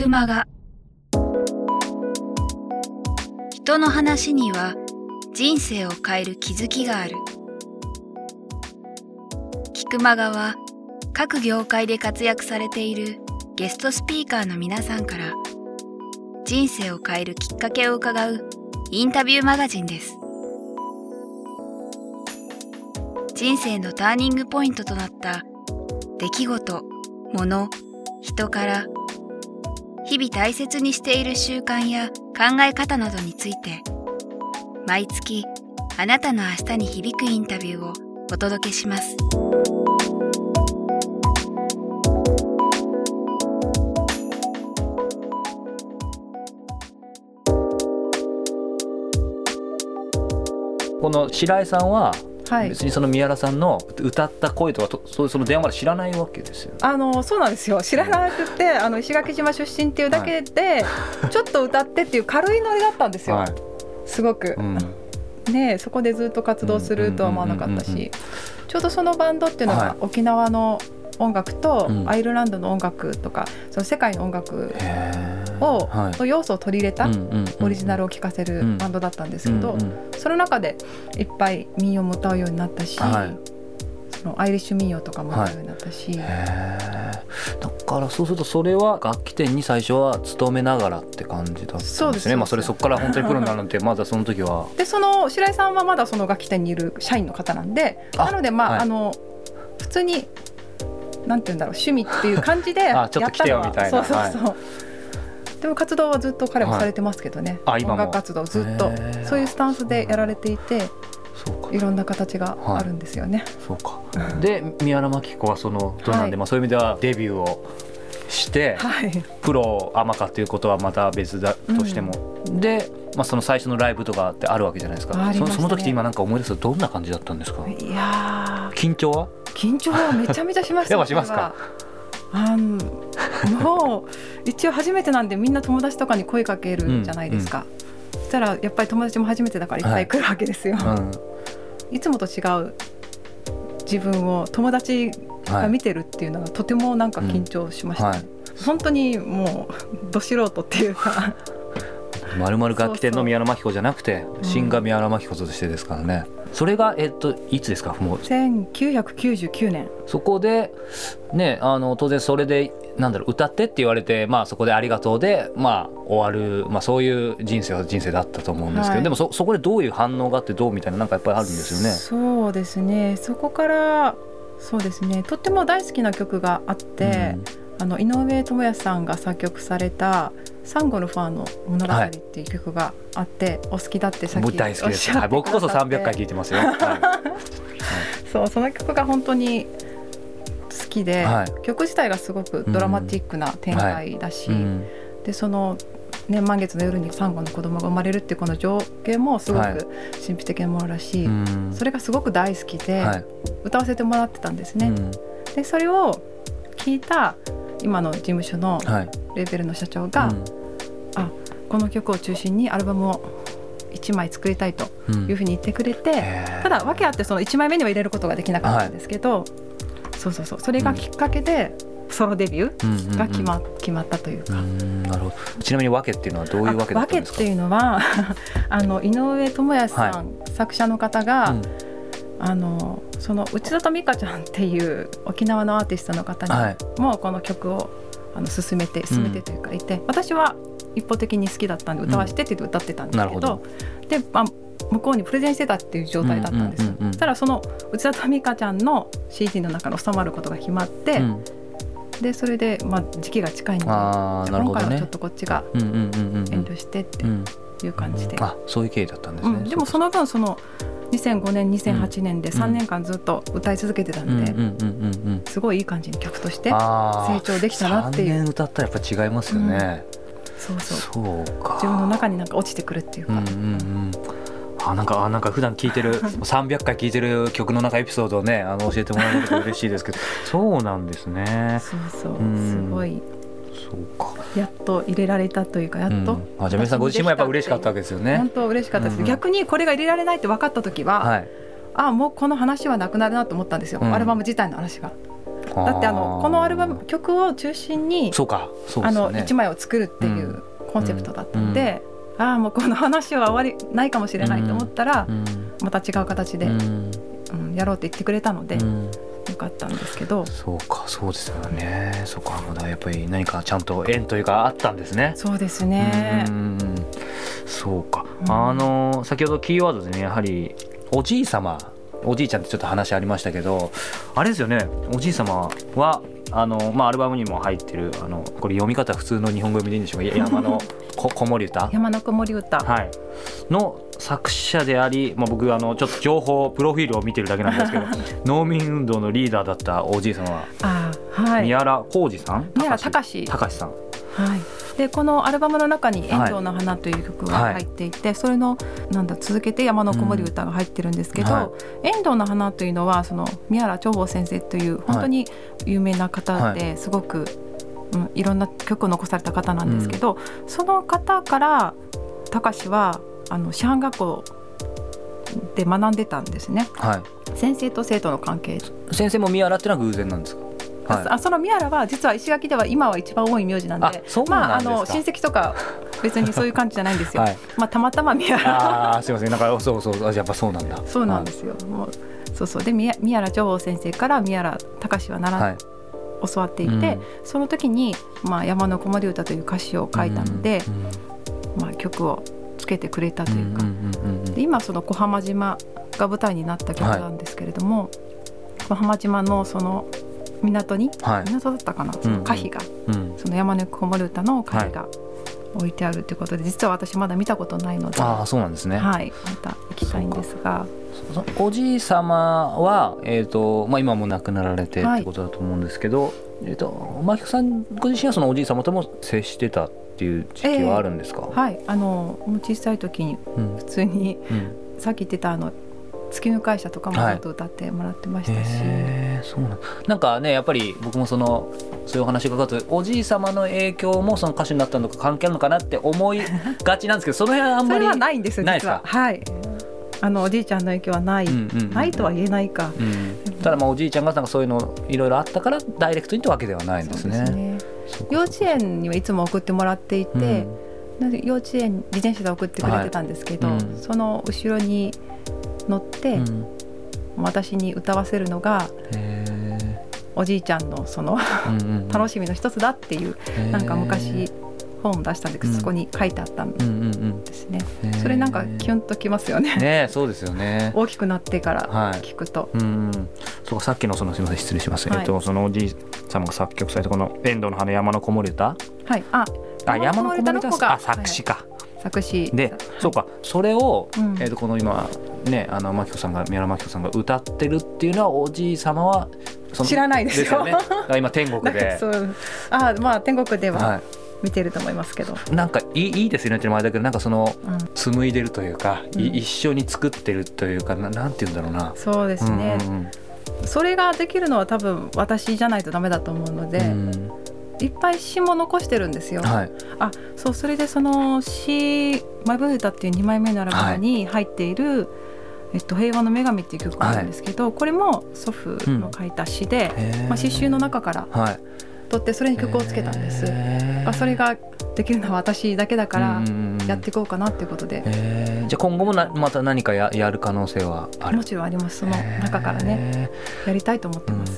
くまが。人の話には人生を変える気づきがある。キクマガは各業界で活躍されているゲストスピーカーの皆さんから人生を変えるきっかけを伺うインタビューマガジンです。人生のターニングポイントとなった出来事、物、人から日々大切にしている習慣や考え方などについて毎月あなたの明日に響くインタビューをお届けします。 この白井さんは別にその宮原さんの歌った声とかその電話まで知らないわけですよ。 そうなんですよ。知らなくて石垣島出身っていうだけで、ちょっと歌ってっていう軽いノリだったんですよ、すごく、ね、そこでずっと活動するとは思わなかったし、ちょうどそのバンドっていうのが沖縄の音楽とアイルランドの音楽とか、その世界の音楽の要素を取り入れたオリジナルを聴かせるバンドだったんですけど、その中でいっぱい民謡も歌うようになったし、そのアイリッシュ民謡とかも歌うようになったし、 だからそうするとそれは楽器店に最初は勤めながらって感じだったんですね。そこから本当にプロになるなんてまだその時はで、その白井さんはまだその楽器店にいる社員の方なんで、なので普通になんて言うんだろう、趣味っていう感じでやったのはちょっと来てよみたいな。 でも活動はずっと彼もされてますけどね、音楽活動ずっとそういうスタンスでやられていて、いろんな形があるんですよね。 そうか。で宮原真紀子はそのどうなんで、そういう意味ではデビューをして、プロアマかっていうことはまた別だとしても、で、その最初のライブとかってあるわけじゃないですか。その時って今なんか思い出すとどんな感じだったんですか？ いや緊張はめちゃめちゃしました。 やっぱしますか？ もう一応初めてなんでみんな友達とかに声かけるじゃないですか、そしたらやっぱり友達も初めてだからいっぱい来るわけですよ、いつもと違う自分を友達が見てるっていうのがとてもなんか緊張しましたね、本当にもうど素人っていうかまるまる楽器店の宮原真紀子じゃなくてシンガー宮原真紀子としてですからね。それがいつですか？もう 1999年。 そこでね、当然それで歌ってって言われて、そこでありがとうで終わる、そういう人生は人生だったと思うんですけど、でもそこでどういう反応があってどうみたいな、なんかやっぱりあるんですよね。 そうですね。そこからそうですね、とっても大好きな曲があって、井上智也さんが作曲されたサンゴのファーの物語っていう曲があって、お好きだってさっきおっしゃってくださって、僕大好きです。 僕こそ300回聴いてますよ、 その曲が本当に好きで、曲自体がすごくドラマティックな展開だし、でその満月の夜にサンゴの子供が生まれるっていうこの情景もすごく神秘的なものだし、それがすごく大好きで、歌わせてもらってたんですね、でそれを聞いた今の事務所のレーベルの社長が、この曲を中心にアルバムを1枚作りたいというふうに言ってくれて、ただ訳あってその1枚目には入れることができなかったんですけど、それがきっかけでソロデビューが決まったというか。 なるほど。ちなみに訳っていうのはどういう訳だったんですか？ 訳っていうのは井上智也さん、作者の方が、その内里美香ちゃんっていう沖縄のアーティストの方にもこの曲を進めてというか言って、私は一方的に好きだったんで歌わせてって言って歌ってたんですけど、で、向こうにプレゼンしてたっていう状態だったんです。そしたらその内里美香ちゃんの CD の中に収まることが決まって、でそれで時期が近いので、今回はちょっとこっちが遠慮してっていう感じで、 そういう経緯だったんですね。 でもその分その2005年2008年で3年間ずっと歌い続けてたんで、すごいいい感じに曲として成長できたなっていう。 3年歌ったらやっぱ違いますよね、 そうか。自分の中になんか落ちてくるっていうか、 なんか普段聴いてる300回聴いてる曲のエピソードをね教えてもらえると嬉しいですけどそうなんですね。 すごい。そうか。やっと入れられたというか、やっと、 じゃあ皆さんご自身もやっぱ嬉しかったわけですよね。 本当嬉しかったです、逆にこれが入れられないって分かった時は、もうこの話はなくなるなと思ったんですよ、アルバム自体の話が。 だってこのアルバム曲を中心に1枚を作るっていうコンセプトだったので、もうこの話は終わりないかもしれないと思ったら、また違う形で、やろうって言ってくれたので、よかったんですけど。 そうか、そうですよね。そうか、まだやっぱり何かちゃんと縁というかあったんですね。 そうですね。 そうか、先ほどキーワードでね、やはりおじいちゃんってちょっと話ありましたけど、あれですよね、おじい様はアルバムにも入ってるこれ読み方普通の日本語読みでいいんでしょうか、山の子守歌山の子守歌、 の作者であり、僕ちょっと情報プロフィールを見てるだけなんですけど農民運動のリーダーだったおじい様は宮原浩二さん、 宮原隆さん、 でこのアルバムの中に「遠藤の花」という曲が入っていて、それの続けて山の子守歌が入ってるんですけど、遠藤の花というのはその宮原長坊先生という本当に有名な方ですごく、いろんな曲を残された方なんですけど、その方から隆は師範学校で学んでたんですね、先生と生徒の関係。 先生も宮原っていうのは偶然なんですか？ その宮原は実は石垣では今は一番多い名字なんで、親戚とか別にそういう感じじゃないんですよ、たまたま宮原すいません、なんかそうやっぱそうなんだ。 そうなんですよ、で宮原長坊先生から宮原隆は教わっていて、その時に、山の子守歌という歌詞を書いたので、曲をつけてくれたというか、で今その小浜島が舞台になった曲なんですけれども、小浜島のその港だったかな、その歌碑が、その山の子守歌の歌碑が置いてあるということで、実は私まだ見たことないので、 そうなんですね。 また行きたいんですが、 おじい様は、今も亡くなられてってことだと思うんですけど、真紀子さんご自身はそのおじい様とも接してたっていう時期はあるんですか？ もう小さい時に普通に、さっき言ってた月の会社とかもずっと歌ってもらってましたし、 なんかね、やっぱり僕もそういうお話が伺うと、おじい様の影響もその歌手になったのか関係あるのかなって思いがちなんですけど、その辺はあんまりそれはないんですよ、実は。おじいちゃんの影響はない、ないとは言えないか、 ただおじいちゃんがなんかそういうのいろいろあったからダイレクトにってわけではないんですね。 幼稚園にはいつも送ってもらっていて、幼稚園自転車で送ってくれてたんですけど、その後ろに乗って、私に歌わせるのがおじいちゃんのその楽しみの一つだっていう、なんか昔本を出したんですけど、そこに書いてあったんですね。それなんかキュンときますよね。 そうですよね。 大きくなってから聞くと。 そうか、さっきのすみません、失礼します。そのおじい様が作曲されたこの遠藤の花山の子守歌。山の子守歌が作詞か。 作詞で、そうか、それを、この今ね、宮原真紀子さんが歌ってるっていうのは、おじい様は知らないですよね。 今天国で天国では見てると思いますけど、 なんかいいですよねって前だけど、なんか紡いでるというか、一緒に作ってるというか、なんていうんだろうな。 そうですね、それができるのは多分私じゃないとダメだと思うので、いっぱい詩も残してるんですよ。それでその詩「マイブータ」っていう2枚目のアルバムに入っている平和の女神っていう曲があるんですけど、これも祖父の書いた詩で、詩集の中から取ってそれに曲をつけたんです。それができるのは私だけだからやっていこうかなっていうことで、 じゃあ今後もまた何かやる可能性はある？ もちろんあります。その中からね、やりたいと思ってます。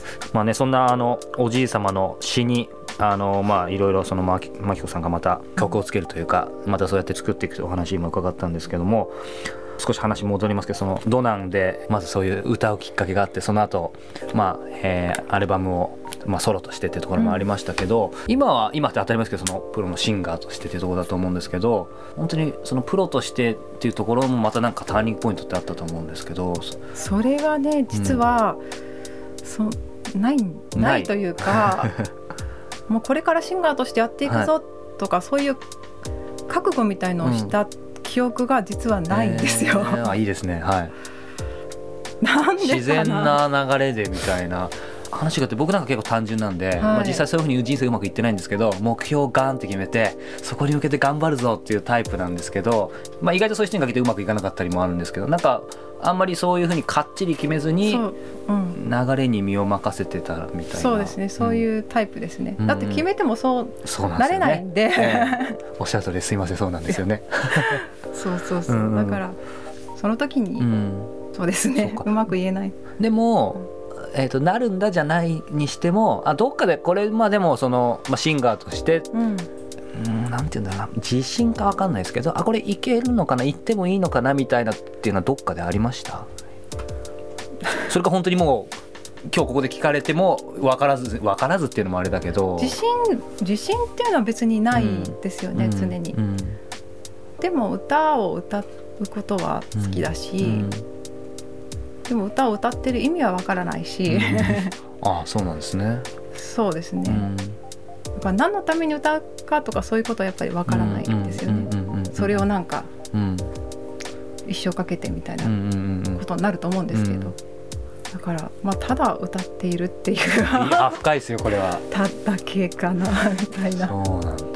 そんなおじい様の詩にいろいろその真紀子さんがまた曲をつけるというか、またそうやって作っていくお話今伺ったんですけども、少し話戻りますけど、そのドナンでまずそういう歌うきっかけがあって、その後、アルバムをソロとしてっていうところもありましたけど、今って当たり前ですけど、そのプロのシンガーとしてっていうところだと思うんですけど、本当にそのプロとしてっていうところもまたなんかターニングポイントってあったと思うんですけど、 それがね、実は、ないというかもうこれからシンガーとしてやっていくぞとか、そういう覚悟みたいのをした記憶が実はないんですよ。 いいですね。 なんでかな、 自然な流れでみたいな。 話があって、僕なんか結構単純なんで、実際そういう風に人生うまくいってないんですけど、目標をガーンって決めてそこに向けて頑張るぞっていうタイプなんですけど、意外とそういう人にかけてうまくいかなかったりもあるんですけど、なんかあんまりそういう風にかっちり決めずに流れに身を任せてたみたいな。 そうですね、そういうタイプですね。だって決めてもそうなれないんで、 おっしゃる通り、すいません、そうなんですよね。 そうそうそう、だからその時に、そうですね、うまく言えない。 でもなるんだじゃないにしても、どっかでこれでもその、シンガーとして、なんていうんだろうな、自信か分かんないですけど、これいけるのかな、行ってもいいのかなみたいなっていうのはどっかでありました？それか本当にもう今日ここで聞かれても分からずっていうのもあれだけど、 自信っていうのは別にないですよね、常に。でも歌を歌うことは好きだし、でも歌を歌ってる意味はわからないし、 そうなんですね。 そうですね、だから何のために歌うかとかそういうことはやっぱりわからないんですよね。それをなんか、一生かけてみたいなことになると思うんですけど、だからただ歌っているっていう深いですよこれは。 ただけかなみたいな。 そうなんだ。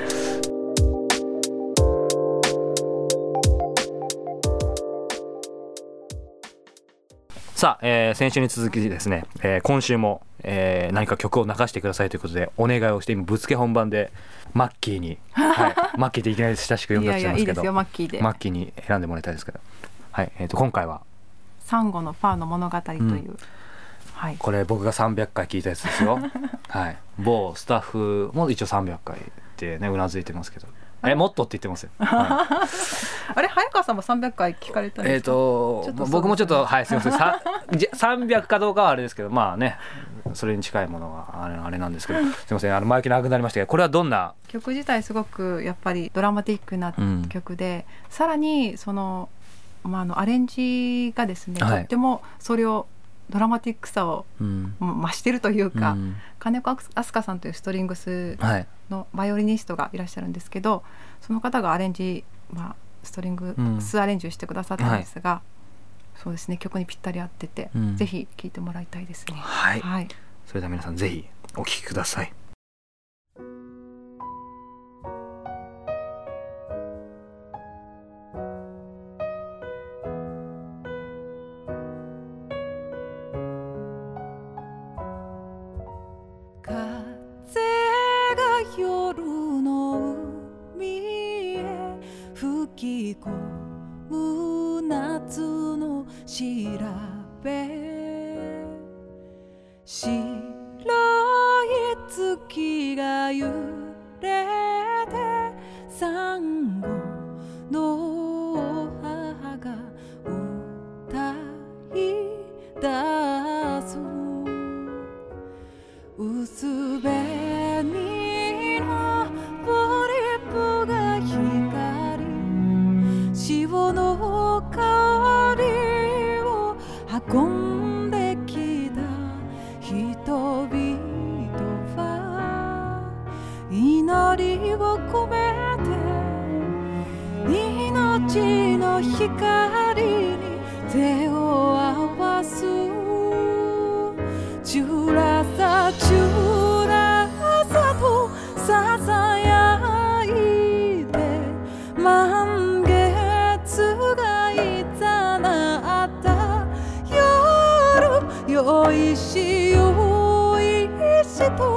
さあ、先週に続きですね、今週も、何か曲を流してくださいということでお願いをして、今ぶっつけ本番でマッキーに、マッキーっていきなり親しく呼んでっちゃいますけど、いいですよ、マッキーに選んでもらいたいですけど、今回はサンゴのファーの物語という、 これ僕が300回聞いたやつですよ。某スタッフも一応300回ってねうなずいてますけど、もっとって言ってますよ。 あれ早川さんも300回聞かれたんですか？ 僕もちょっとすいません300かどうかはあれですけど、それに近いものがあれなんですけど、すいません前置き長くなりましたけど、これはどんな曲自体すごくやっぱりドラマティックな曲で、さらにその、アレンジがですね、とってもそれをドラマティックさを増してるというか、金子飛鳥さんというストリングスのバイオリニストがいらっしゃるんですけど、その方がアレンジ、ストリングスアレンジをしてくださったんですが、そうですね、曲にぴったり合ってて、ぜひ聴いてもらいたいですね。 それでは皆さんぜひお聴きください。 よいしよいしと